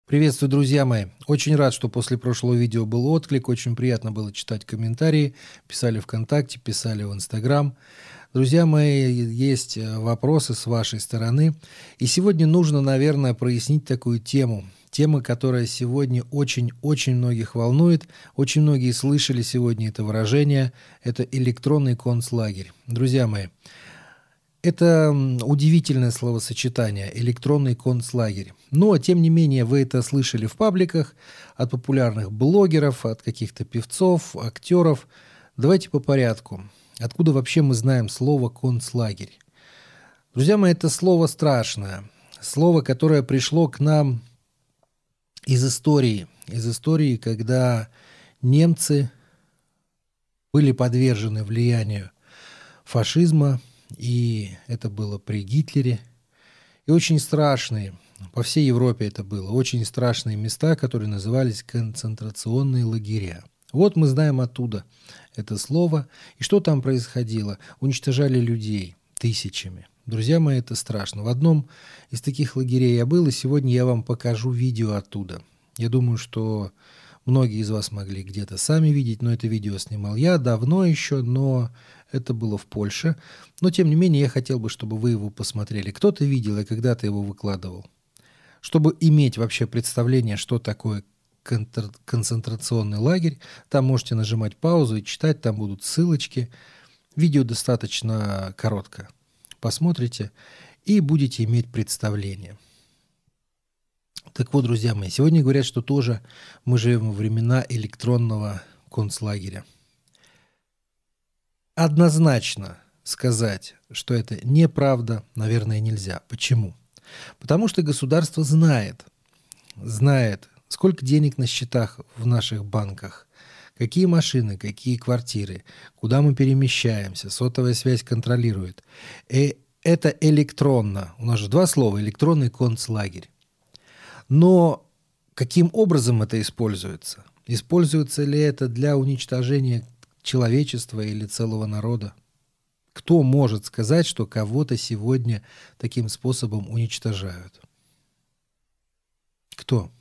Приветствую, друзья мои. Очень рад, что после прошлого видео был отклик. Очень приятно было читать комментарии. Писали ВКонтакте, писали в Инстаграм. Друзья мои, есть вопросы с вашей стороны. И сегодня нужно, наверное, прояснить такую тему. Тема, которая сегодня очень-очень многих волнует. Очень многие слышали сегодня это выражение. Это электронный концлагерь. Друзья мои, это удивительное словосочетание «электронный концлагерь». Но, тем не менее, вы это слышали в пабликах от популярных блогеров, от каких-то певцов, актеров. Давайте по порядку. Откуда вообще мы знаем слово «концлагерь»? Друзья мои, это слово страшное. Слово, которое пришло к нам из истории. Из истории, когда немцы были подвержены влиянию фашизма, и это было при Гитлере. И очень страшные, по всей Европе это было, очень страшные места, которые назывались концентрационные лагеря. Вот мы знаем оттуда это слово. И что там происходило? Уничтожали людей тысячами. Друзья мои, это страшно. В одном из таких лагерей я был, и сегодня я вам покажу видео оттуда. Я думаю, что многие из вас могли где-то сами видеть, но это видео снимал я давно еще, но это было в Польше. Но, тем не менее, я хотел бы, чтобы вы его посмотрели. Кто-то видел и когда-то его выкладывал. Чтобы иметь вообще представление, что такое концентрационный лагерь, там можете нажимать паузу и читать, там будут ссылочки. Видео достаточно короткое. Посмотрите и будете иметь представление. Так вот, друзья мои, сегодня говорят, что тоже мы живем во времена электронного концлагеря. Однозначно сказать, что это неправда, наверное, нельзя. Почему? Потому что государство знает, сколько денег на счетах в наших банках, какие машины, какие квартиры, куда мы перемещаемся, сотовая связь контролирует. И это электронно. У нас же два слова: электронный концлагерь. Но каким образом это используется? Используется ли это для уничтожения человечества или целого народа? Кто может сказать, что кого-то сегодня таким способом уничтожают? Кто?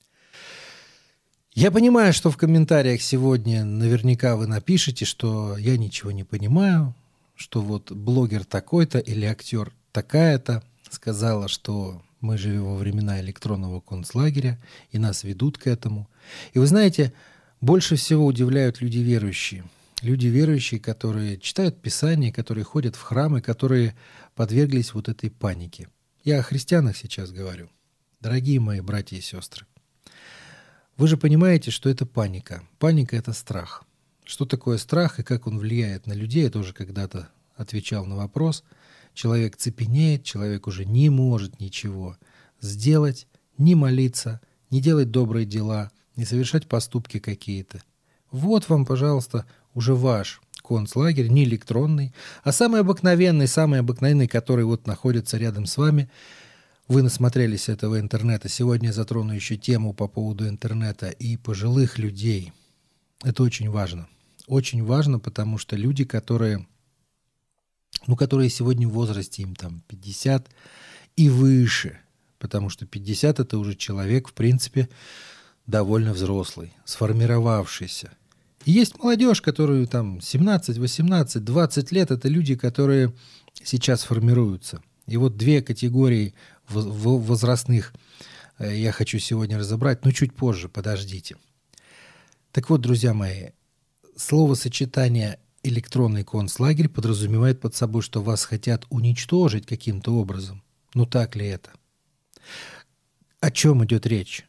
Я понимаю, что в комментариях сегодня наверняка вы напишете, что я ничего не понимаю, что вот блогер такой-то или актер такая-то сказала, что мы живем во времена электронного концлагеря, и нас ведут к этому. И вы знаете, больше всего удивляют люди верующие. Люди верующие, которые читают Писание, которые ходят в храмы, которые подверглись вот этой панике. Я о христианах сейчас говорю. Дорогие мои братья и сестры, вы же понимаете, что это паника. Паника – это страх. Что такое страх и как он влияет на людей? Я тоже когда-то отвечал на вопрос. Человек цепенеет, человек уже не может ничего сделать, не молиться, не делать добрые дела, не совершать поступки какие-то. Вот вам, пожалуйста, уже ваш концлагерь, не электронный, а самый обыкновенный, который вот находится рядом с вами. Вы насмотрелись этого интернета. Сегодня я затрону еще тему по поводу интернета и пожилых людей. Это очень важно. Очень важно, потому что люди, которые сегодня в возрасте, им там 50 и выше, потому что 50 – это уже человек, в принципе, довольно взрослый, сформировавшийся. И есть молодежь, которую там 17, 18, 20 лет – это люди, которые сейчас формируются. И вот две категории возрастных я хочу сегодня разобрать, но чуть позже, подождите. Так вот, друзья мои, словосочетание «электронный концлагерь» подразумевает под собой, что вас хотят уничтожить каким-то образом. Ну так ли это? О чем идет речь?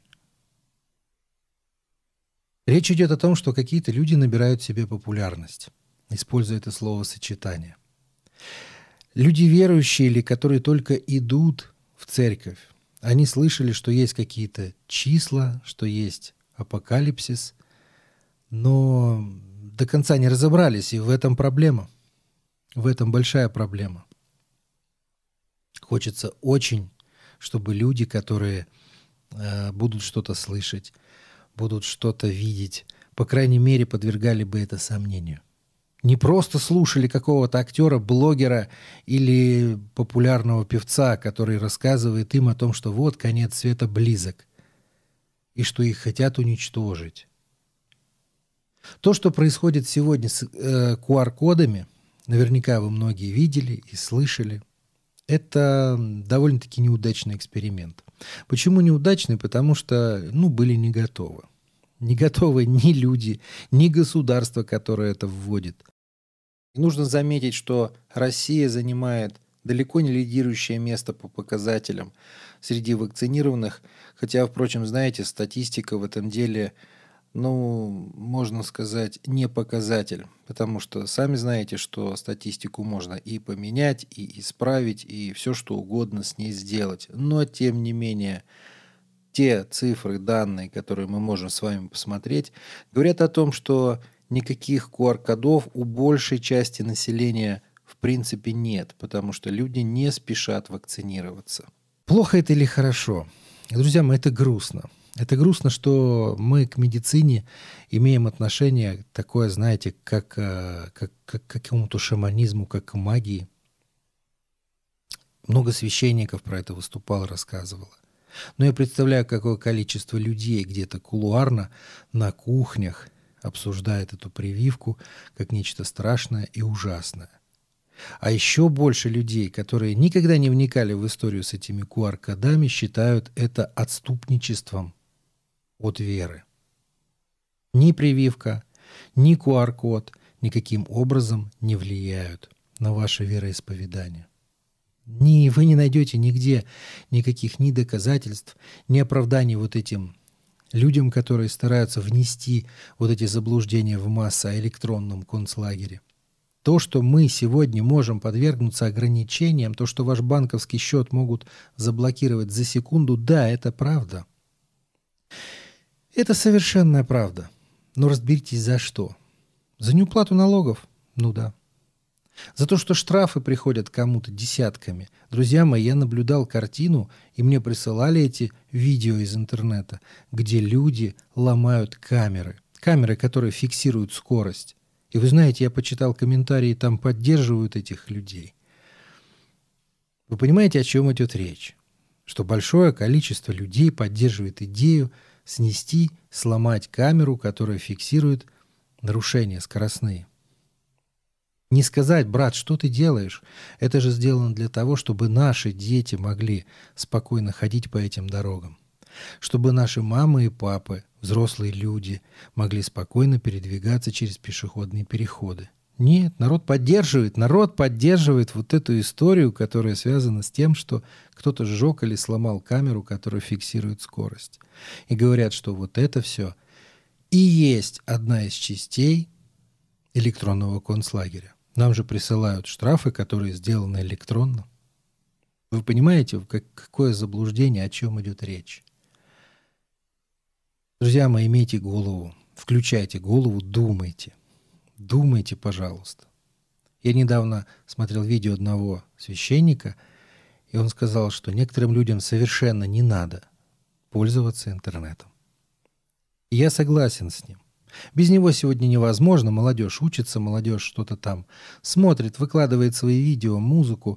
Речь идет о том, что какие-то люди набирают себе популярность, используя это словосочетание. Люди верующие или которые только идут в церковь, они слышали, что есть какие-то числа, что есть апокалипсис, но до конца не разобрались, и в этом проблема. В этом большая проблема. Хочется очень, чтобы люди, которые будут что-то слышать, будут что-то видеть, по крайней мере, подвергали бы это сомнению. Не просто слушали какого-то актера, блогера или популярного певца, который рассказывает им о том, что вот конец света близок. и что их хотят уничтожить. То, что происходит сегодня с QR-кодами, наверняка вы многие видели и слышали, это довольно-таки неудачный эксперимент. Почему неудачный? Потому что, были не готовы. Не готовы ни люди, ни государство, которое это вводит. И нужно заметить, что Россия занимает далеко не лидирующее место по показателям среди вакцинированных, хотя, впрочем, знаете, статистика в этом деле, можно сказать, не показатель, потому что сами знаете, что статистику можно и поменять, и исправить, и все что угодно с ней сделать. Но, тем не менее, те цифры, данные, которые мы можем с вами посмотреть, говорят о том, что никаких QR-кодов у большей части населения в принципе нет, потому что люди не спешат вакцинироваться. Плохо это или хорошо? Друзья мои, это грустно. Это грустно, что мы к медицине имеем отношение такое, знаете, как к какому-то шаманизму, как к магии. Много священников про это выступало, рассказывало. Но я представляю, какое количество людей где-то кулуарно на кухнях обсуждает эту прививку как нечто страшное и ужасное. А еще больше людей, которые никогда не вникали в историю с этими QR-кодами, считают это отступничеством от веры. Ни прививка, ни QR-код никаким образом не влияют на ваше вероисповедание. Вы не найдете нигде никаких ни доказательств, ни оправданий вот этим людям, которые стараются внести вот эти заблуждения в массы о электронном концлагере. То, что мы сегодня можем подвергнуться ограничениям, то, что ваш банковский счет могут заблокировать за секунду, да, это правда. Это совершенная правда. Но разберитесь, за что. За неуплату налогов? Ну да. За то, что штрафы приходят кому-то десятками. Друзья мои, я наблюдал картину, и мне присылали эти видео из интернета, где люди ломают камеры. Камеры, которые фиксируют скорость. И вы знаете, я почитал комментарии, там поддерживают этих людей. Вы понимаете, о чем идет речь? Что большое количество людей поддерживает идею снести, сломать камеру, которая фиксирует нарушения скоростные. Не сказать: брат, что ты делаешь? Это же сделано для того, чтобы наши дети могли спокойно ходить по этим дорогам. Чтобы наши мамы и папы, взрослые люди, могли спокойно передвигаться через пешеходные переходы. Нет, народ поддерживает вот эту историю, которая связана с тем, что кто-то сжег или сломал камеру, которая фиксирует скорость. И говорят, что вот это все и есть одна из частей электронного концлагеря. Нам же присылают штрафы, которые сделаны электронно. Вы понимаете, какое заблуждение, о чем идет речь? Друзья мои, имейте голову, включайте голову, думайте. Думайте, пожалуйста. Я недавно смотрел видео одного священника, и он сказал, что некоторым людям совершенно не надо пользоваться интернетом. И я согласен с ним. Без него сегодня невозможно. Молодежь учится, молодежь что-то там смотрит, выкладывает свои видео, музыку.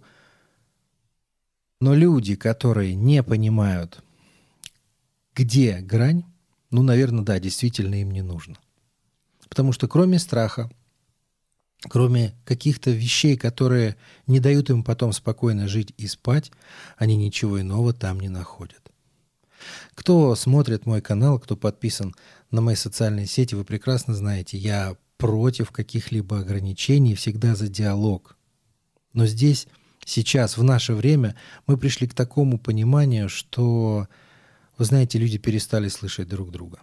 Но люди, которые не понимают, где грань, наверное, да, действительно им не нужно. Потому что кроме страха, кроме каких-то вещей, которые не дают им потом спокойно жить и спать, они ничего иного там не находят. Кто смотрит мой канал, кто подписан на мои социальные сети, вы прекрасно знаете, я против каких-либо ограничений, всегда за диалог. Но здесь, сейчас, в наше время, мы пришли к такому пониманию, что, вы знаете, люди перестали слышать друг друга.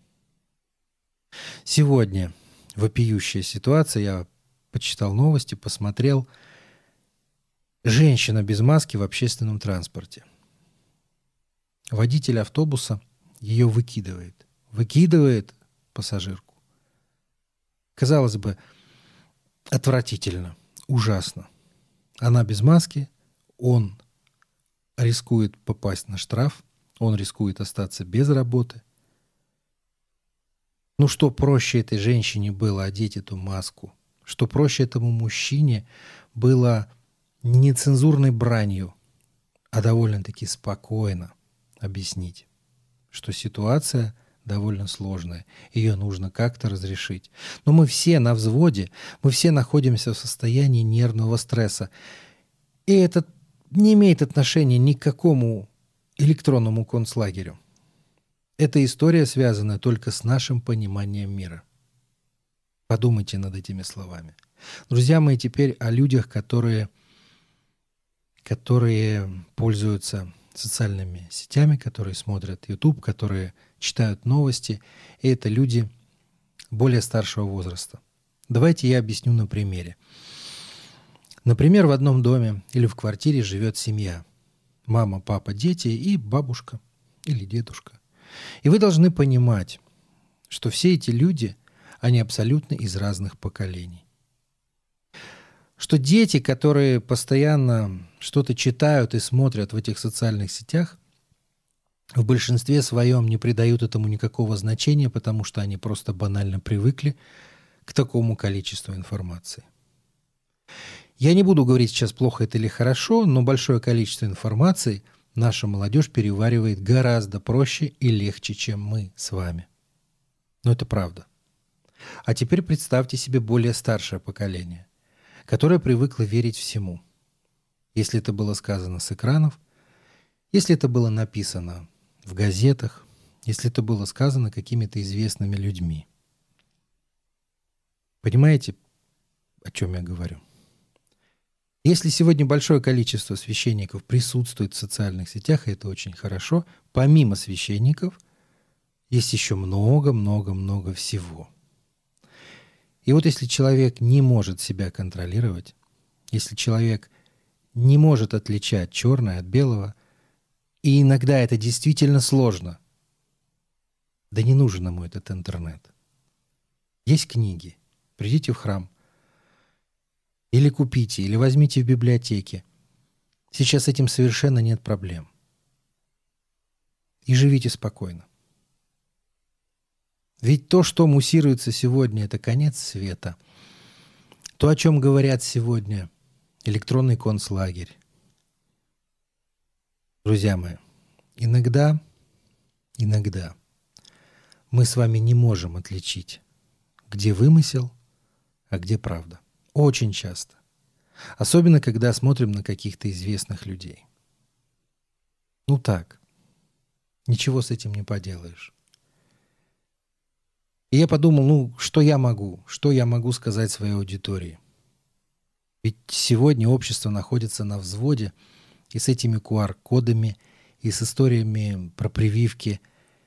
Сегодня вопиющая ситуация, я почитал новости, посмотрел. Женщина без маски в общественном транспорте. Водитель автобуса ее выкидывает. Выкидывает пассажирку. Казалось бы, отвратительно, ужасно. Она без маски, он рискует попасть на штраф, он рискует остаться без работы. Что проще этой женщине было одеть эту маску? Что проще этому мужчине было не нецензурной бранью, а довольно-таки спокойно объяснить, что ситуация довольно сложная. Ее нужно как-то разрешить. Но мы все на взводе, мы все находимся в состоянии нервного стресса. И это не имеет отношения ни к какому электронному концлагерю. Эта история связана только с нашим пониманием мира. Подумайте над этими словами. Друзья мои, теперь о людях, которые пользуются социальными сетями, которые смотрят YouTube, которые читают новости. И это люди более старшего возраста. Давайте я объясню на примере. Например, в одном доме или в квартире живет семья. Мама, папа, дети и бабушка или дедушка. И вы должны понимать, что все эти люди, они абсолютно из разных поколений. Что дети, которые постоянно что-то читают и смотрят в этих социальных сетях, в большинстве своем не придают этому никакого значения, потому что они просто банально привыкли к такому количеству информации. Я не буду говорить сейчас, плохо это или хорошо, но большое количество информации наша молодежь переваривает гораздо проще и легче, чем мы с вами. Но это правда. А теперь представьте себе более старшее поколение, которое привыкло верить всему. Если это было сказано с экранов, если это было написано в газетах, если это было сказано какими-то известными людьми. Понимаете, о чем я говорю? Если сегодня большое количество священников присутствует в социальных сетях, и это очень хорошо, помимо священников есть еще много-много-много всего. И вот если человек не может себя контролировать, если человек не может отличать черное от белого, и иногда это действительно сложно, да не нужен ему этот интернет. Есть книги, придите в храм, или купите, или возьмите в библиотеке. Сейчас с этим совершенно нет проблем. И живите спокойно. Ведь то, что муссируется сегодня, это конец света. То, о чем говорят сегодня электронный концлагерь. Друзья мои, иногда мы с вами не можем отличить, где вымысел, а где правда. Очень часто. Особенно, когда смотрим на каких-то известных людей. Ну так. Ничего с этим не поделаешь. И я подумал, что я могу сказать своей аудитории? Ведь сегодня общество находится на взводе и с этими QR-кодами, и с историями про прививки,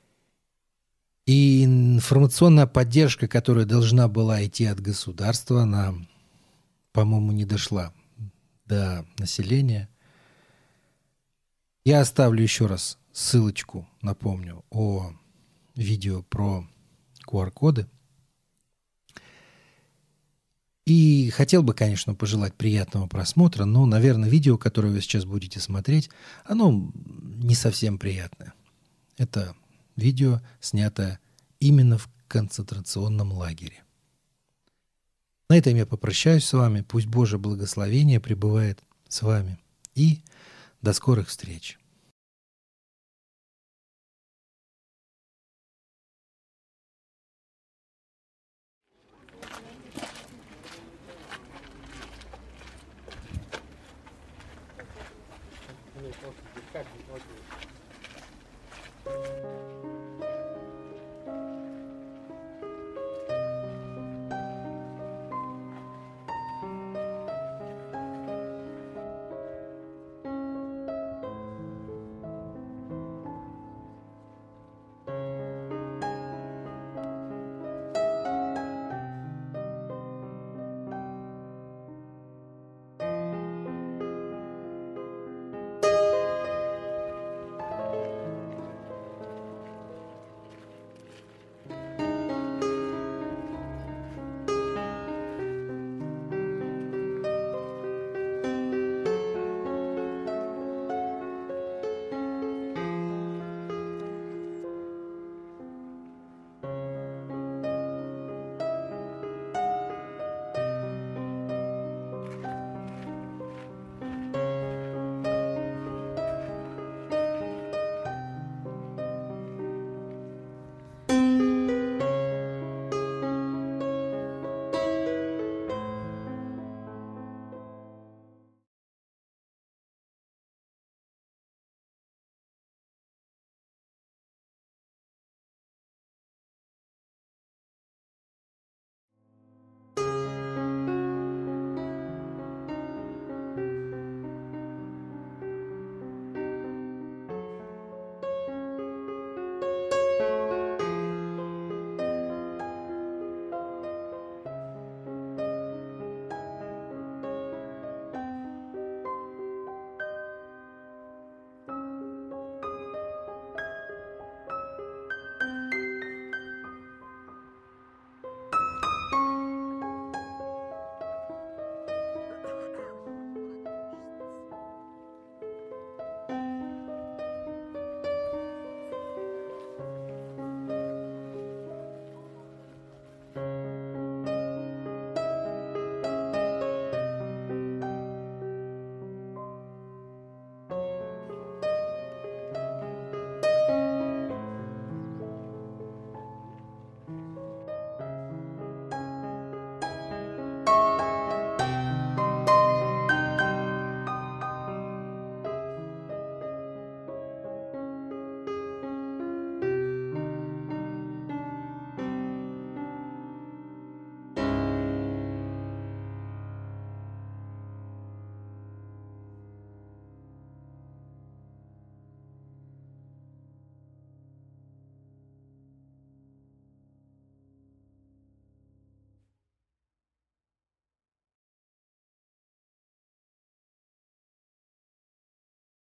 и информационная поддержка, которая должна была идти от государства, она, по-моему, не дошла до населения. Я оставлю еще раз ссылочку, напомню, о видео про QR-коды. И хотел бы, конечно, пожелать приятного просмотра, но, наверное, видео, которое вы сейчас будете смотреть, оно не совсем приятное. Это видео, снятое именно в концентрационном лагере. На этом я попрощаюсь с вами. Пусть Божье благословение пребывает с вами. И до скорых встреч.